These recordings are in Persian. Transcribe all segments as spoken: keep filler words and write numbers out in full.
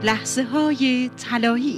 لحظه های طلایی.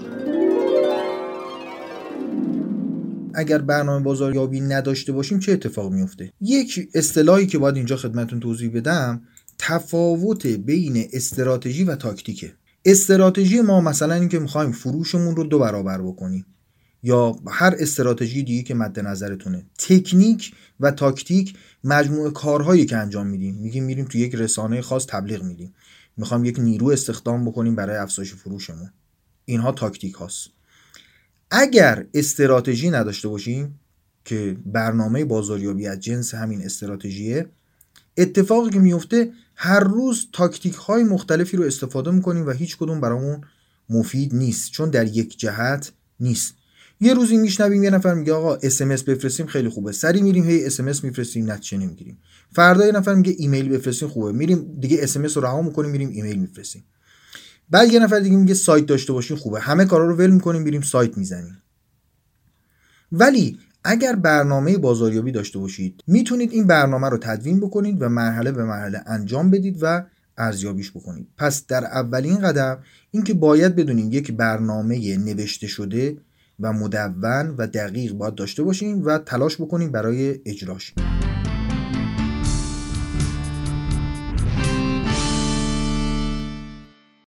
اگر برنامه بازاریابی نداشته باشیم چه اتفاق میفته؟ یک اصطلاحی که باید اینجا خدمتتون توضیح بدم، تفاوت بین استراتژی و تاکتیکه. استراتژی ما مثلا این که میخوایم فروشمون رو دو برابر بکنیم یا هر استراتژی دیگه که مد نظرتونه. تکنیک و تاکتیک مجموعه کارهایی که انجام میدیم. میگیم میریم تو یک رسانه خاص تبلیغ میدیم، میخوام یک نیرو استخدام بکنیم برای افزایش فروشمون. اینها تاکتیک هاست. اگر استراتژی نداشته باشیم که برنامه بازاریابی از جنس همین استراتژیه، اتفاقی که میفته هر روز تاکتیک های مختلفی رو استفاده میکنیم و هیچ کدوم برامون مفید نیست، چون در یک جهت نیست. یه روزی میشنویم یه نفر میگه آقا اس ام اس بفرستیم خیلی خوبه، سری میریم هی اس ام اس میفرستیم نتیجه نمیگیریم. فردا یه نفر میگه ایمیل بفرستیم خوبه، میریم دیگه اس ام اس رو رها میکنیم میریم ایمیل میفرستیم. بعد یه نفر دیگه میگه سایت داشته باشین خوبه، همه کارا رو ول میکنیم میریم سایت میزنیم. ولی اگر برنامه بازاریابی داشته باشید میتونید این برنامه رو تدوین بکنید و مرحله به مرحله انجام بدید و ارزیابیش بکنید. پس در اولین قدم این که باید بدونیم یک برنامه نوشته شده و مدون و دقیق باید داشته باشیم و تلاش بکنیم برای اجراش.